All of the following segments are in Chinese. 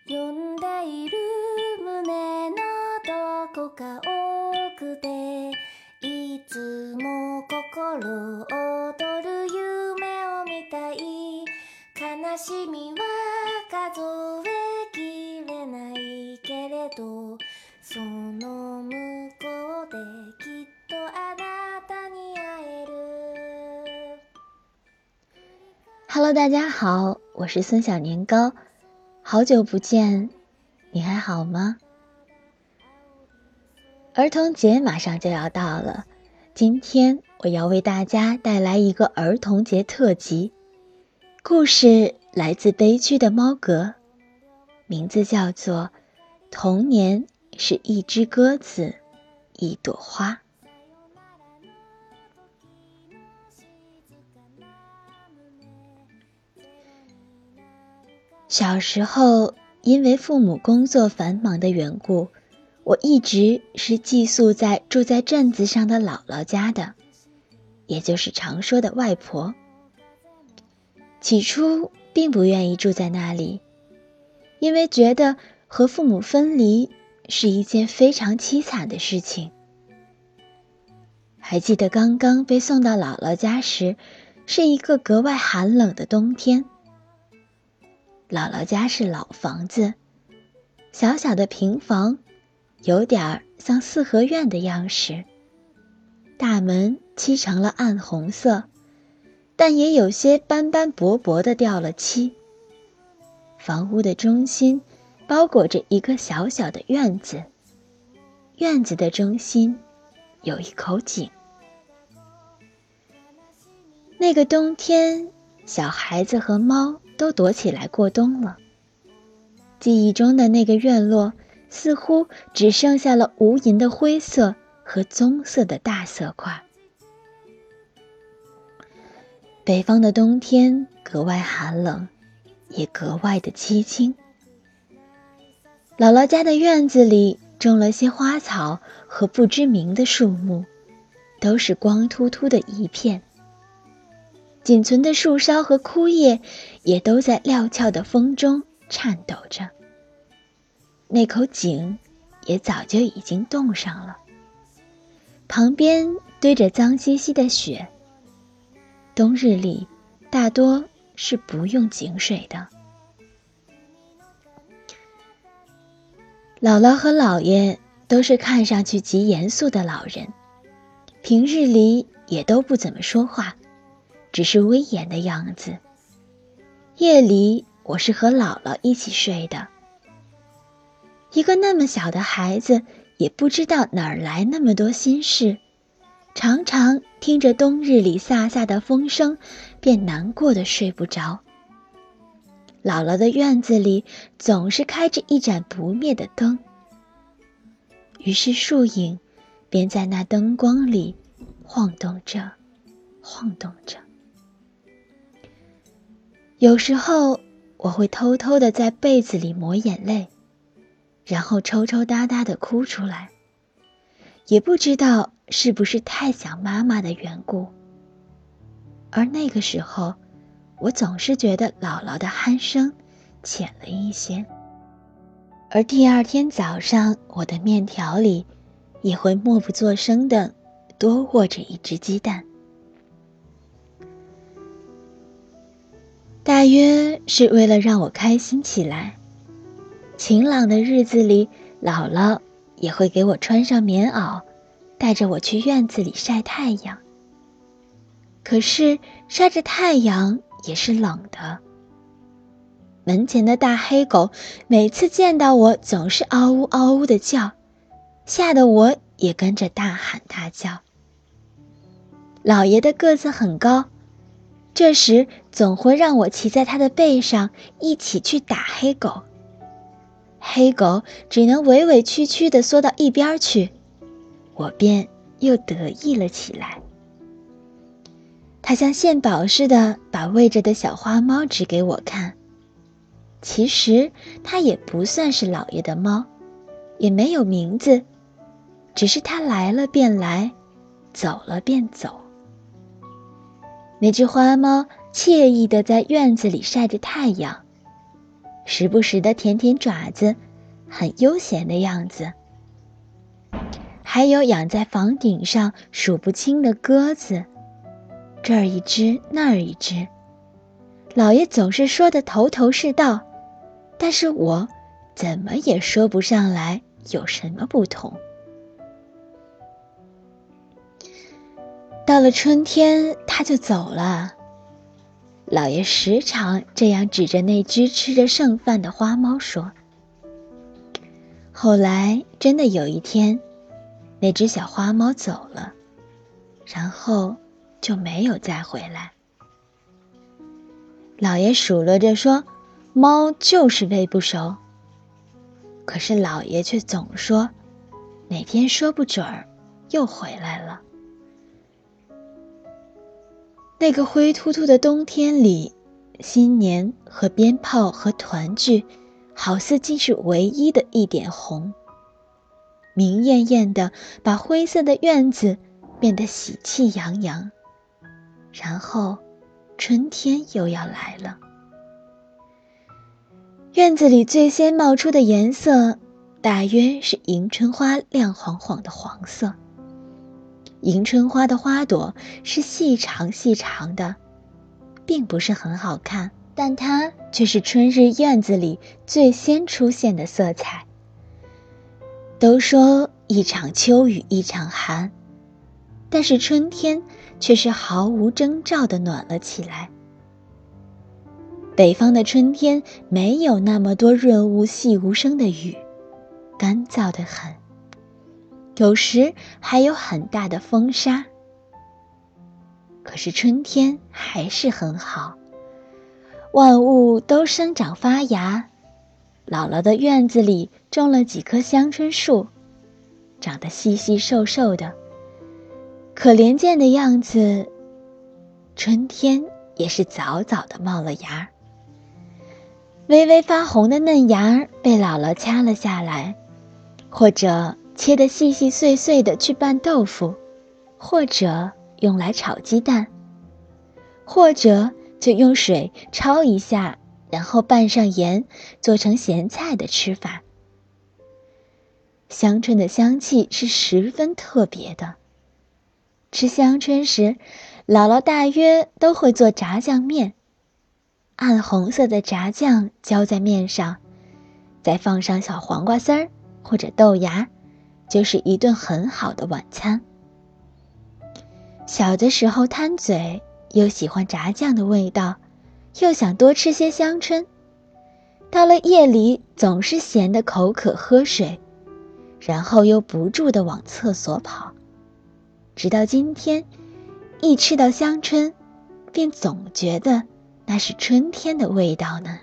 呼んでいる胸のどこか奥でいつも心躍る夢を見たい悲しみは数えきれないけれどその向こうできっとあなたに会える。 Hello， 大家好，我是孙小年糕，好久不见，你还好吗？儿童节马上就要到了，今天我要为大家带来一个儿童节特辑，故事来自悲剧的猫格，名字叫做《童年是一只鸽子，一朵花》。小时候，因为父母工作繁忙的缘故，我一直是寄宿在住在镇子上的姥姥家的，也就是常说的外婆。起初并不愿意住在那里，因为觉得和父母分离是一件非常凄惨的事情。还记得刚刚被送到姥姥家时，是一个格外寒冷的冬天。姥姥家是老房子，小小的平房，有点像四合院的样式。大门漆成了暗红色，但也有些斑斑驳驳的掉了漆。房屋的中心包裹着一个小小的院子，院子的中心有一口井。那个冬天，小孩子和猫都躲起来过冬了。记忆中的那个院落似乎只剩下了无垠的灰色和棕色的大色块。北方的冬天格外寒冷，也格外的凄清。姥姥家的院子里种了些花草和不知名的树木，都是光秃秃的一片。仅存的树梢和枯叶也都在料峭的风中颤抖着。那口井也早就已经冻上了，旁边堆着脏兮兮的雪。冬日里大多是不用井水的。姥姥和姥爷都是看上去极严肃的老人，平日里也都不怎么说话，只是威严的样子。夜里我是和姥姥一起睡的。一个那么小的孩子也不知道哪儿来那么多心事，常常听着冬日里飒飒的风声便难过的睡不着。姥姥的院子里总是开着一盏不灭的灯，于是树影便在那灯光里晃动着晃动着。有时候我会偷偷地在被子里抹眼泪，然后抽抽搭搭地哭出来，也不知道是不是太想妈妈的缘故。而那个时候，我总是觉得姥姥的鼾声浅了一些。而第二天早上，我的面条里也会默不作声地多卧着一只鸡蛋。大约是为了让我开心起来，晴朗的日子里，姥姥也会给我穿上棉袄，带着我去院子里晒太阳。可是晒着太阳也是冷的。门前的大黑狗每次见到我总是嗷呜嗷呜地叫，吓得我也跟着大喊大叫。姥爷的个子很高，这时总会让我骑在他的背上一起去打黑狗。黑狗只能委委屈屈地缩到一边去，我便又得意了起来。他像献宝似的把喂着的小花猫指给我看。其实它也不算是姥爷的猫，也没有名字，只是它来了便来，走了便走。那只花猫惬意地在院子里晒着太阳， 时不时地舔舔爪子，很悠闲的样子。还有养在房顶上数不清的鸽子，这儿一只那儿一只，老爷总是说得头头是道，但是我怎么也说不上来有什么不同。到了春天，他就走了。老爷时常这样指着那只吃着剩饭的花猫说。后来真的有一天，那只小花猫走了，然后就没有再回来。老爷数落着说，猫就是喂不熟。可是老爷却总说，哪天说不准儿又回来了。那个灰秃秃的冬天里，新年和鞭炮和团聚，好似竟是唯一的一点红，明艳艳的把灰色的院子变得喜气洋洋。然后春天又要来了。院子里最先冒出的颜色大约是迎春花亮晃晃的黄色。迎春花的花朵是细长细长的，并不是很好看，但它却是春日院子里最先出现的色彩。都说一场秋雨一场寒，但是春天却是毫无征兆地暖了起来。北方的春天没有那么多润物细无声的雨，干燥得很，有时还有很大的风沙。可是春天还是很好，万物都生长发芽。姥姥的院子里种了几棵香春树，长得细细瘦瘦的，可怜见的样子。春天也是早早的冒了芽，微微发红的嫩芽被姥姥掐了下来，或者切得细细碎碎的去拌豆腐，或者用来炒鸡蛋，或者就用水焯一下，然后拌上盐，做成咸菜的吃法。香椿的香气是十分特别的。吃香椿时，姥姥大约都会做炸酱面，暗红色的炸酱浇在面上，再放上小黄瓜丝儿或者豆芽，就是一顿很好的晚餐。小的时候贪嘴，又喜欢炸酱的味道，又想多吃些香椿，到了夜里总是闲得口渴喝水，然后又不住地往厕所跑。直到今天，一吃到香椿，便总觉得那是春天的味道呢。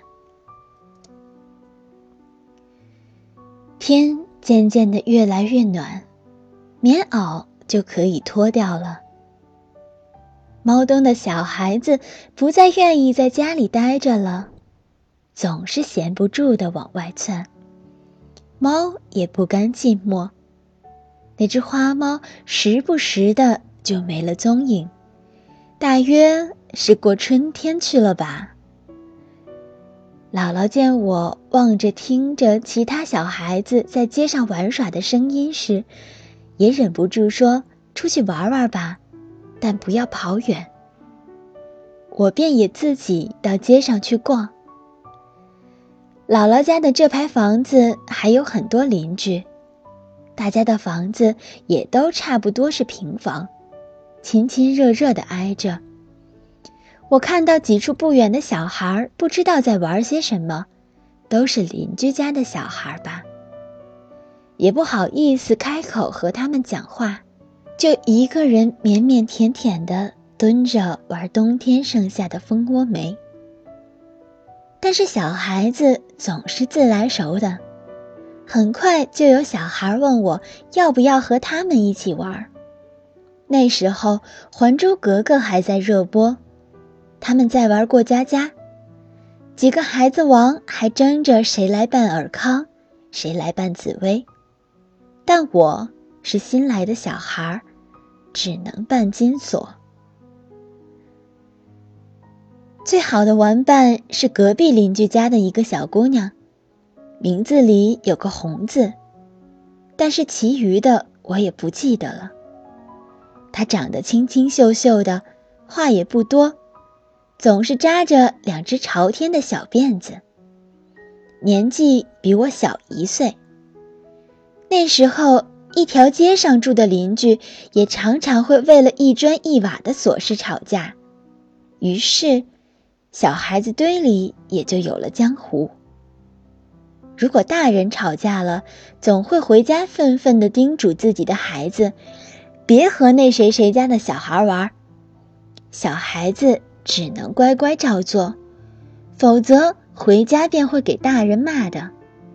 天渐渐地越来越暖，棉袄就可以脱掉了。猫冬的小孩子不再愿意在家里待着了，总是闲不住地往外窜。猫也不甘寂寞，那只花猫时不时的就没了踪影，大约是过春天去了吧。姥姥见我望着听着其他小孩子在街上玩耍的声音时，也忍不住说，出去玩玩吧，但不要跑远。我便也自己到街上去逛。姥姥家的这排房子还有很多邻居，大家的房子也都差不多是平房，亲亲热热地挨着。我看到几处不远的小孩不知道在玩些什么，都是邻居家的小孩吧。也不好意思开口和他们讲话，就一个人腼腼腆腆地蹲着玩冬天剩下的蜂窝煤。但是小孩子总是自来熟的，很快就有小孩问我要不要和他们一起玩。那时候《还珠格格》还在热播，他们在玩过家家，几个孩子王还争着谁来扮尔康，谁来扮紫薇，但我是新来的小孩，只能扮金锁。 最好的玩伴是隔壁邻居家的一个小姑娘，名字里有个红字，但是其余的我也不记得了。她长得清清秀秀的，话也不多，总是扎着2只朝天的小辫子，年纪比我小1岁。那时候一条街上住的邻居也常常会为了一砖一瓦的琐事吵架，于是小孩子堆里也就有了江湖。如果大人吵架了，总会回家愤愤地叮嘱自己的孩子，别和那谁谁家的小孩玩。小孩子只能乖乖照做，否则回家便会给大人骂的。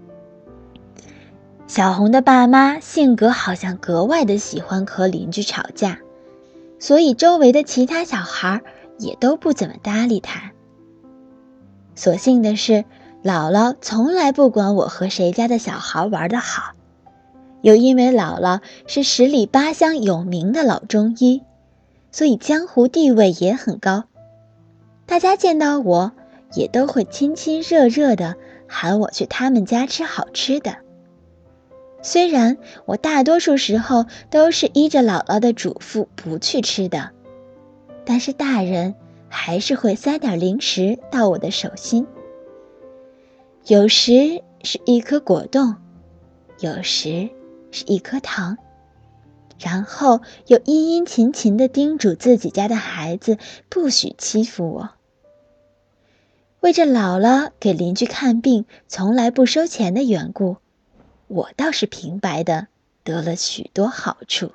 小红的爸妈性格好像格外的喜欢和邻居吵架，所以周围的其他小孩也都不怎么搭理他。所幸的是，姥姥从来不管我和谁家的小孩玩得好，又因为姥姥是10里8乡有名的老中医，所以江湖地位也很高。大家见到我也都会亲亲热热地喊我去他们家吃好吃的。虽然我大多数时候都是依着姥姥的嘱咐不去吃的，但是大人还是会塞点零食到我的手心。有时是一颗果冻，有时是一颗糖，然后又殷殷勤勤地叮嘱自己家的孩子不许欺负我。为着姥姥给邻居看病从来不收钱的缘故，我倒是平白的得了许多好处。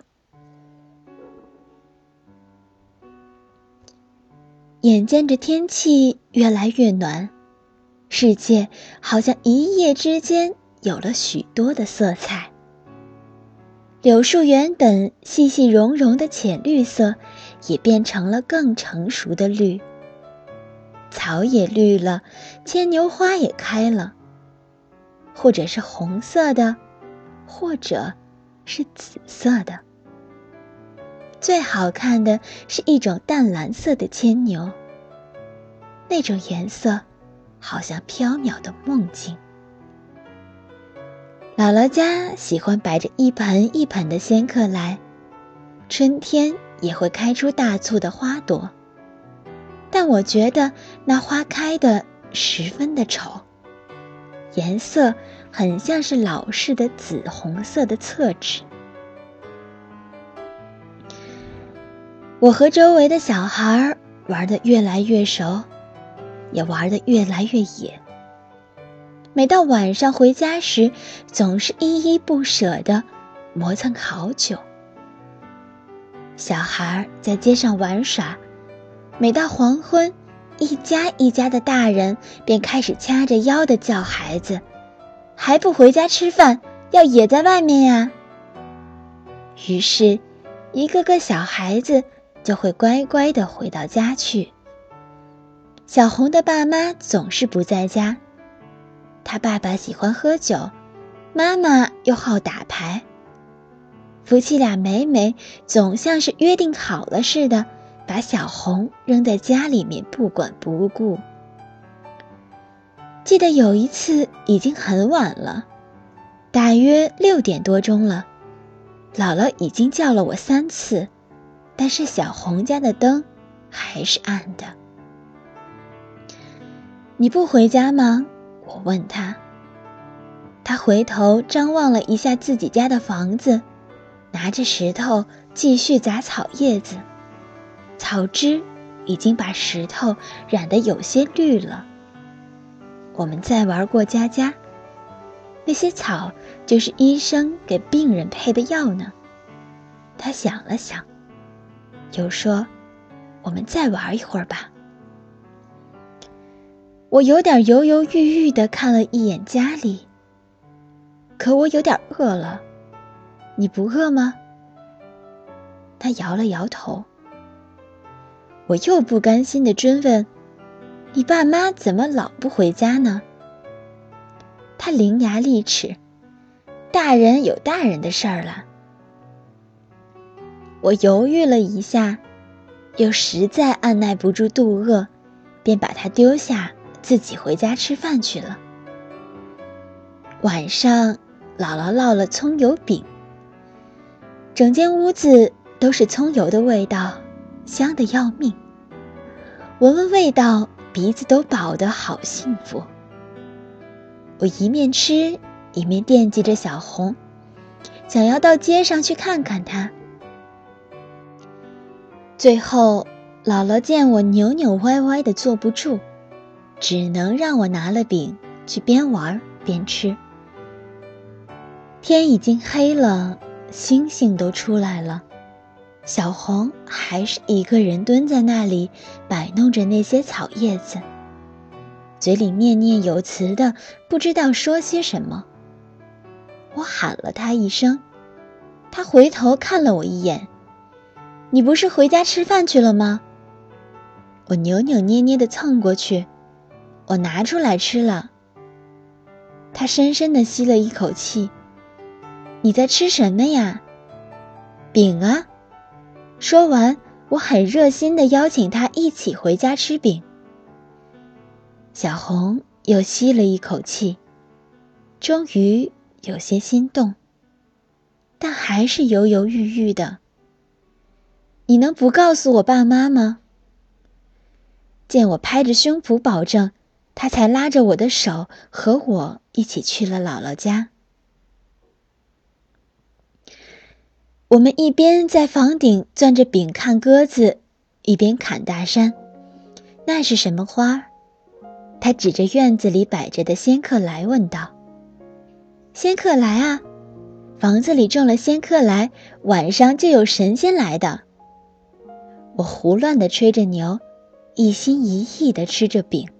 眼见着天气越来越暖，世界好像一夜之间有了许多的色彩。柳树原本细细绒绒的浅绿色，也变成了更成熟的绿。草也绿了，牵牛花也开了，或者是红色的，或者是紫色的。最好看的是一种淡蓝色的牵牛，那种颜色好像缥缈的梦境。姥姥家喜欢摆着一盆一盆的仙客来，春天也会开出大簇的花朵，但我觉得那花开得十分的丑，颜色很像是老式的紫红色的厕纸。我和周围的小孩玩得越来越熟，也玩得越来越野。每到晚上回家时，总是依依不舍地磨蹭好久。小孩在街上玩耍，每到黄昏，一家一家的大人便开始掐着腰地叫孩子，还不回家吃饭，要野在外面呀。于是一个个小孩子就会乖乖地回到家去。小红的爸妈总是不在家，他爸爸喜欢喝酒，妈妈又好打牌。夫妻俩每总像是约定好了似的，把小红扔在家里面不管不顾。记得有一次已经很晚了，大约6点多钟了，姥姥已经叫了我3次，但是小红家的灯还是暗的。你不回家吗？我问他。他回头张望了一下自己家的房子，拿着石头继续砸草叶子，草汁已经把石头染得有些绿了。我们再玩过家家，那些草就是医生给病人配的药呢。他想了想，又说，我们再玩一会儿吧。我有点犹犹豫豫地看了一眼家里，可我有点饿了。你不饿吗？他摇了摇头。我又不甘心地追问，你爸妈怎么老不回家呢？他伶牙俐齿，大人有大人的事儿了。我犹豫了一下，又实在按耐不住肚饿， 便把它丢下，自己回家吃饭去了。晚上，姥姥烙了葱油饼，整间屋子都是葱油的味道，香得要命。闻闻味道，鼻子都饱得好幸福。我一面吃，一面惦记着小红，想要到街上去看看她。最后，姥姥见我扭扭歪歪的坐不住，只能让我拿了饼去边玩边吃。天已经黑了，星星都出来了，小红还是一个人蹲在那里摆弄着那些草叶子，嘴里念念有词的不知道说些什么。我喊了她一声，她回头看了我一眼，你不是回家吃饭去了吗？我扭扭捏捏地蹭过去，我拿出来吃了。她深深地吸了一口气，你在吃什么呀？饼啊。说完，我很热心地邀请她一起回家吃饼。小红又吸了一口气，终于有些心动，但还是犹犹豫豫的。你能不告诉我爸妈吗？见我拍着胸脯保证，他才拉着我的手和我一起去了姥姥家。我们一边在房顶攥着饼看鸽子，一边侃大山。那是什么花？他指着院子里摆着的仙客来问道。仙客来啊，房子里种了仙客来，晚上就有神仙来的。我胡乱地吹着牛，一心一意地吃着饼。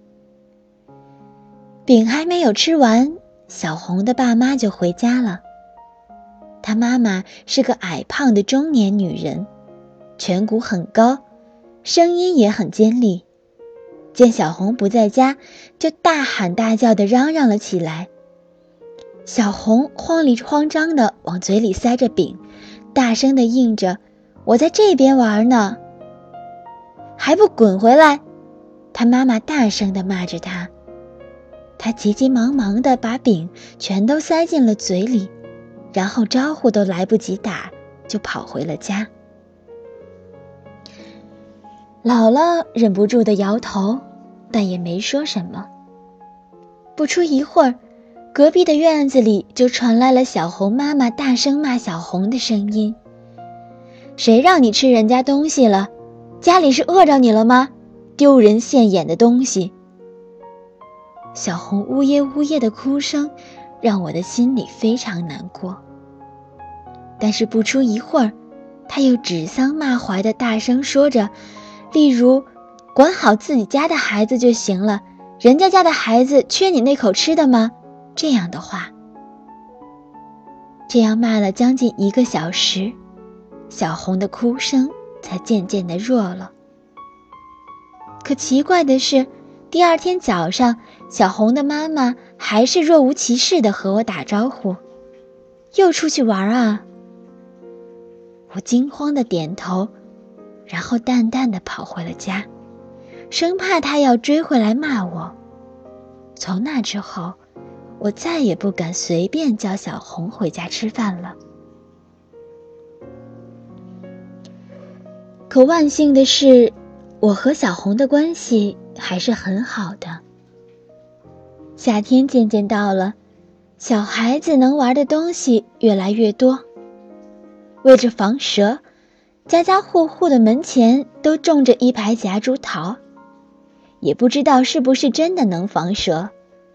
饼还没有吃完，小红的爸妈就回家了。她妈妈是个矮胖的中年女人，颧骨很高，声音也很尖利。见小红不在家，就大喊大叫地嚷嚷了起来。小红慌里慌张地往嘴里塞着饼，大声地应着：“我在这边玩呢。”还不滚回来！她妈妈大声地骂着她。她急急忙忙地把饼全都塞进了嘴里，然后招呼都来不及打，就跑回了家。姥姥忍不住地摇头，但也没说什么。不出一会儿，隔壁的院子里就传来了小红妈妈大声骂小红的声音：“谁让你吃人家东西了？家里是饿着你了吗？丢人现眼的东西！”小红呜咽呜咽的哭声让我的心里非常难过。但是不出一会儿，她又指桑骂槐的大声说着，例如管好自己家的孩子就行了，人家家的孩子缺你那口吃的吗？这样的话。这样骂了将近1个小时，小红的哭声才渐渐地弱了。可奇怪的是，第二天早上，小红的妈妈还是若无其事地和我打招呼：“又出去玩啊？”我惊慌地点头，然后淡淡地跑回了家，生怕她要追回来骂我。从那之后，我再也不敢随便叫小红回家吃饭了。可万幸的是，我和小红的关系还是很好的。夏天渐渐到了，小孩子能玩的东西越来越多。为着防蛇，家家户户的门前都种着一排夹竹桃，也不知道是不是真的能防蛇。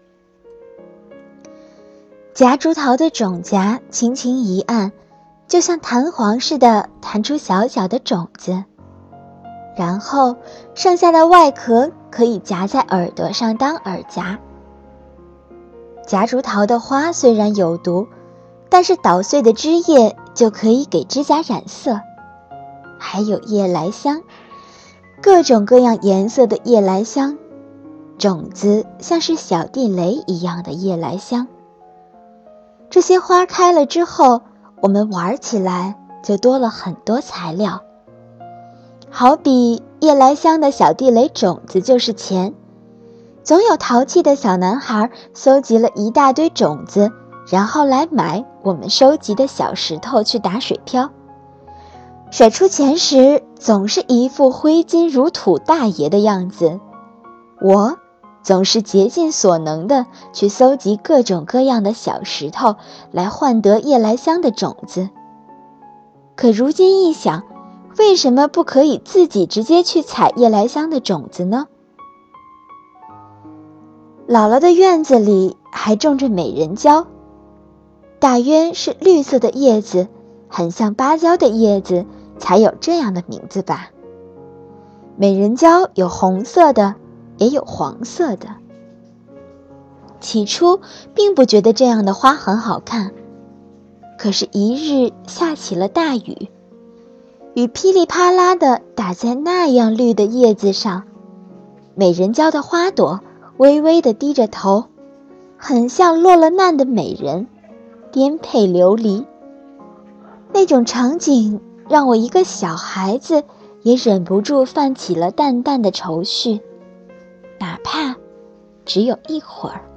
夹竹桃的种荚轻轻一按，就像弹簧似的弹出小小的种子，然后剩下的外壳可以夹在耳朵上当耳夹。夹竹桃的花虽然有毒，但是捣碎的枝叶就可以给指甲染色。还有夜来香，各种各样颜色的夜来香，种子像是小地雷一样的夜来香。这些花开了之后，我们玩起来就多了很多材料。 好比夜来香的小地雷种子就是钱，总有淘气的小男孩搜集了一大堆种子，然后来买我们收集的小石头去打水漂。甩出钱时总是一副挥金如土大爷的样子，我总是竭尽所能地去搜集各种各样的小石头来换得夜来香的种子。可如今一想，为什么不可以自己直接去采夜来香的种子呢？姥姥的院子里还种着美人蕉，大约是绿色的叶子，很像芭蕉的叶子，才有这样的名字吧。美人蕉有红色的，也有黄色的。起初并不觉得这样的花很好看，可是一日下起了大雨，雨噼里啪啦地打在那样绿的叶子上，美人蕉的花朵微微地低着头，很像落了难的美人，颠沛流离。那种场景让我一个小孩子也忍不住泛起了淡淡的愁绪，哪怕只有一会儿。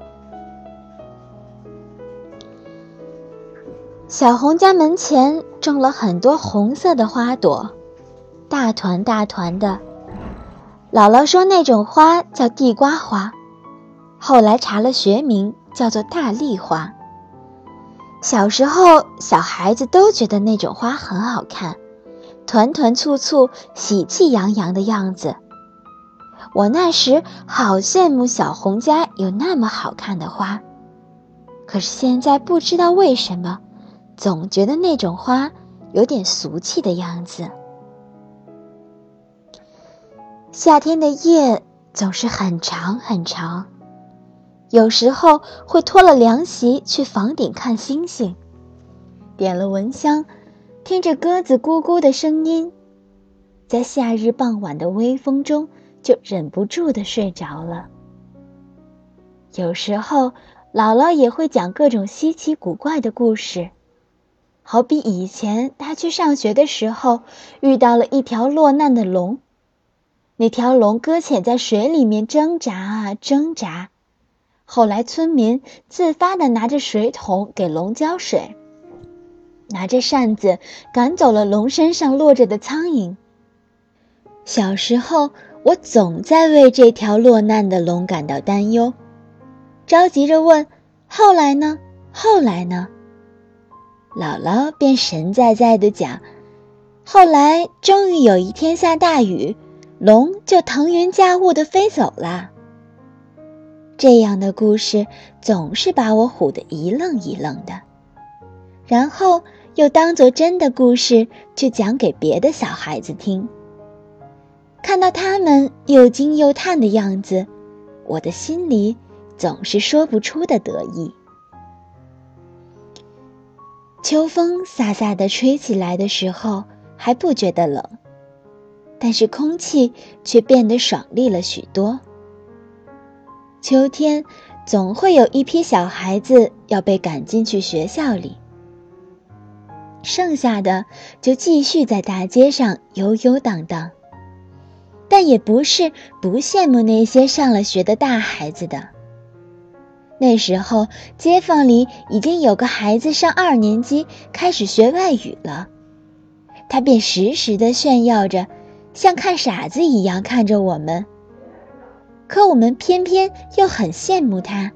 小红家门前种了很多红色的花朵，大团大团的。姥姥说那种花叫地瓜花，后来查了学名叫做大丽花。小时候小孩子都觉得那种花很好看，团团簇簇，喜气洋洋的样子。我那时好羡慕小红家有那么好看的花，可是现在不知道为什么，总觉得那种花有点俗气的样子。夏天的夜总是很长很长，有时候会脱了凉席去房顶看星星，点了蚊香，听着鸽子咕咕的声音，在夏日傍晚的微风中就忍不住地睡着了。有时候姥姥也会讲各种稀奇古怪的故事，好比以前她去上学的时候遇到了一条落难的龙，那条龙搁浅在水里面挣扎啊挣扎，后来村民自发地拿着水桶给龙浇水，拿着扇子赶走了龙身上落着的苍蝇。小时候我总在为这条落难的龙感到担忧，着急着问，后来呢？后来呢？姥姥便神在在地讲，后来终于有一天下大雨，龙就腾云驾雾地飞走了。这样的故事总是把我唬得一愣一愣的，然后又当作真的故事去讲给别的小孩子听。看到他们又惊又叹的样子，我的心里总是说不出的得意。秋风飒飒地吹起来的时候还不觉得冷，但是空气却变得爽利了许多。秋天总会有一批小孩子要被赶进去学校里，剩下的就继续在大街上游游荡荡。但也不是不羡慕那些上了学的大孩子的。那时候街坊里已经有个孩子上2年级开始学外语了，他便时时地炫耀着，像看傻子一样看着我们，可我们偏偏又很羡慕他。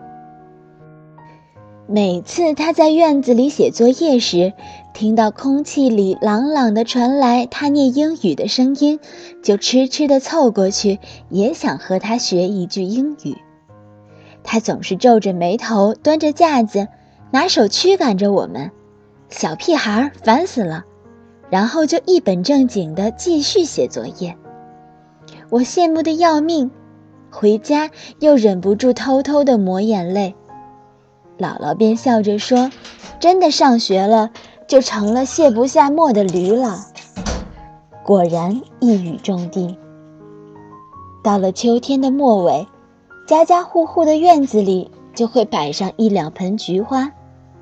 每次他在院子里写作业时，听到空气里朗朗地传来他念英语的声音，就痴痴地凑过去，也想和他学一句英语。他总是皱着眉头，端着架子，拿手驱赶着我们，小屁孩烦死了，然后就一本正经地继续写作业。我羡慕得要命，回家又忍不住偷偷地抹眼泪。姥姥便笑着说，真的上学了，就成了卸不下磨的驴了。果然一语中的。到了秋天的末尾，家家户户的院子里就会摆上1、2盆菊花，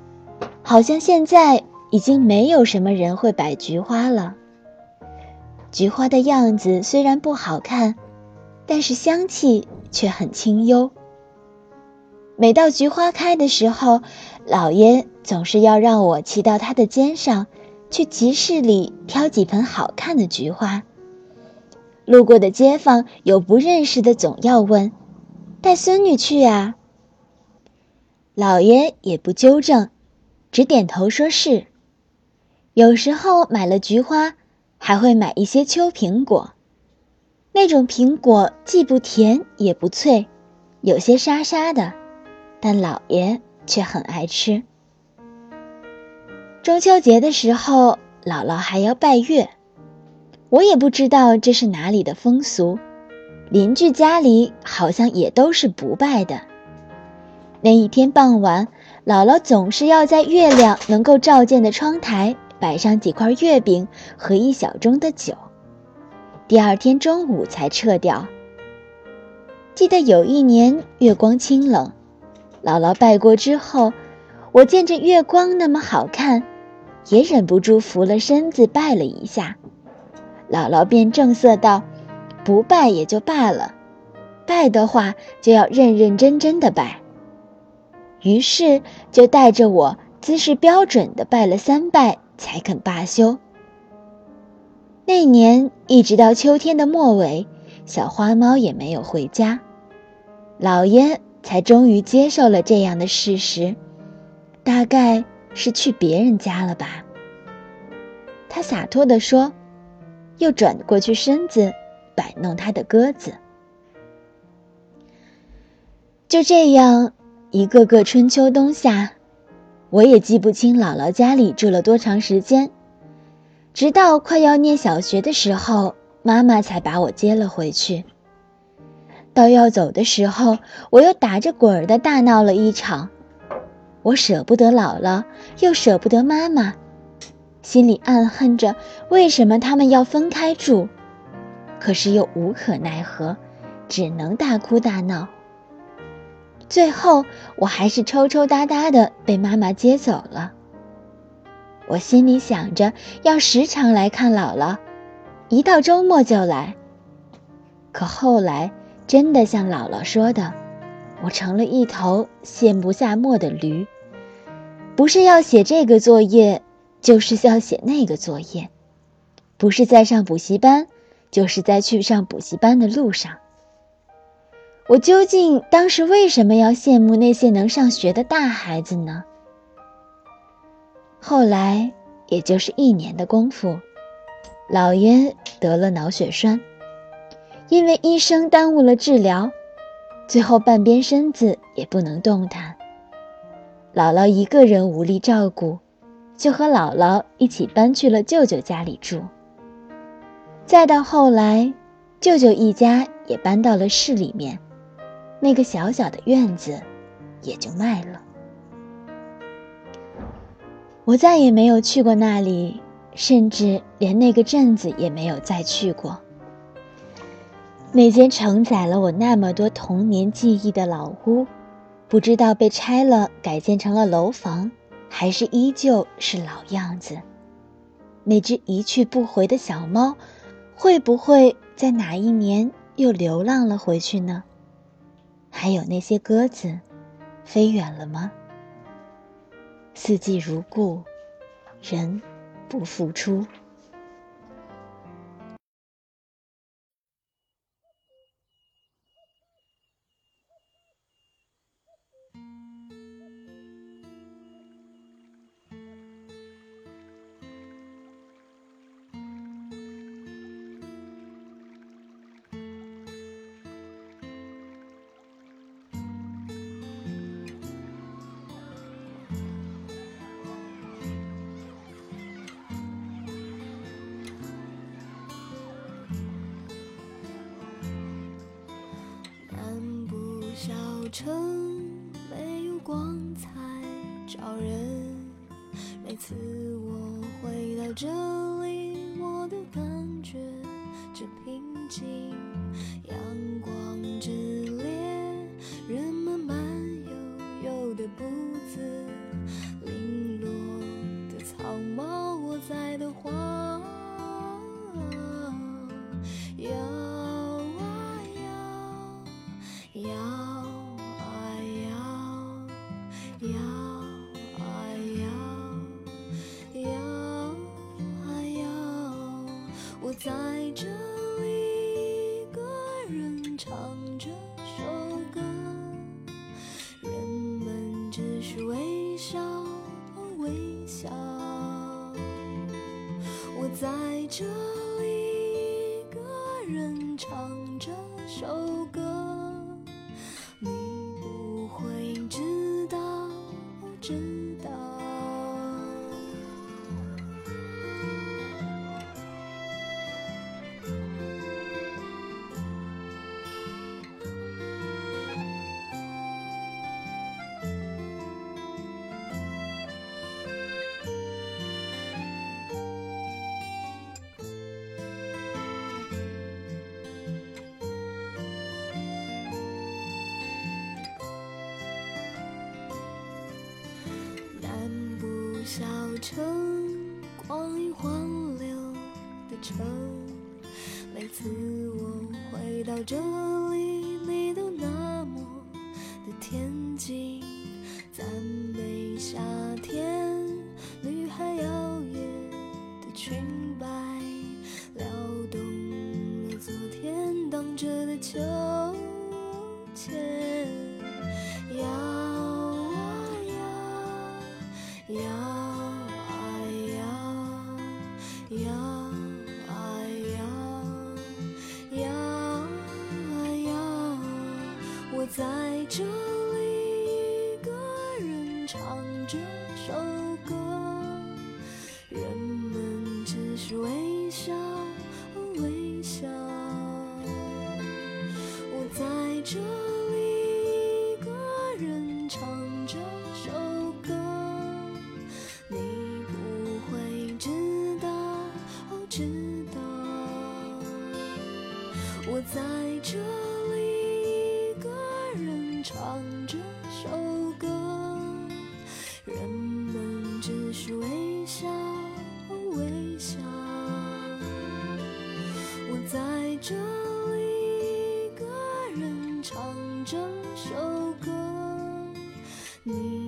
好像现在已经没有什么人会摆菊花了。 菊花的样子虽然不好看，但是香气却很清幽。每到菊花开的时候，老爷总是要让我骑到他的肩上，去集市里挑几盆好看的菊花。路过的街坊有不认识的总要问：带孙女去啊？老爷也不纠正，只点头说是。有时候买了菊花，还会买一些秋苹果。那种苹果既不甜也不脆，有些沙沙的，但老爷却很爱吃。中秋节的时候，姥姥还要拜月，我也不知道这是哪里的风俗，邻居家里好像也都是不拜的。那一天傍晚，姥姥总是要在月亮能够照见的窗台摆上几块月饼和1小盅的酒，第二天中午才撤掉。记得有一年月光清冷，姥姥拜过之后，我见着月光那么好看，也忍不住扶了身子拜了一下。姥姥便正色道：不拜也就罢了，拜的话就要认认真真的拜。于是就带着我姿势标准地拜了3拜才肯罢休。那年一直到秋天的末尾，小花猫也没有回家，老爷才终于接受了这样的事实，大概是去别人家了吧。他洒脱地说，又转过去身子摆弄他的鸽子。就这样一个个春秋冬夏，我也记不清姥姥家里住了多长时间，直到快要念小学的时候，妈妈才把我接了回去。到要走的时候，我又打着滚儿的大闹了一场。我舍不得姥姥，又舍不得妈妈，心里暗恨着为什么他们要分开住，可是又无可奈何，只能大哭大闹。最后我还是抽抽搭搭的被妈妈接走了。我心里想着要时常来看姥姥，一到周末就来。可后来真的像姥姥说的，我成了一头闲不下墨的驴，不是要写这个作业，就是要写那个作业，不是在上补习班，就是在去上补习班的路上。我究竟当时为什么要羡慕那些能上学的大孩子呢？后来也就是1年的功夫，姥爷得了脑血栓，因为医生耽误了治疗，最后半边身子也不能动弹。姥姥一个人无力照顾，就和姥姥一起搬去了舅舅家里住。再到后来，舅舅一家也搬到了市里面，那个小小的院子也就卖了。我再也没有去过那里，甚至连那个镇子也没有再去过。那间承载了我那么多童年记忆的老屋，不知道被拆了改建成了楼房，还是依旧是老样子。那只一去不回的小猫，会不会在哪一年又流浪了回去呢？还有那些鸽子，飞远了吗？四季如故，人不复出。 小城没有光彩照人，每次我回到这里，我都感觉这平静。阳光之烈，人们慢悠悠的步子，零落的草帽，我栽的花， 人唱这首歌，人们只是微笑微笑。我在这里一个人唱这首歌，你不会知道知道。南部小城，光阴荒流的城，每次我回到这里，你都那么的恬静，赞美夏天，女孩摇曳的裙摆，撩动了昨天荡着的秋千，摇摇啊摇，摇啊摇，摇啊摇。我在这里一个人唱这首歌，人们只是微笑微笑。我在这里一个人唱这首歌，你不会知道知道。我在这里一个人唱这首歌，人们只是微笑微笑。我在这里一个人唱这首歌，你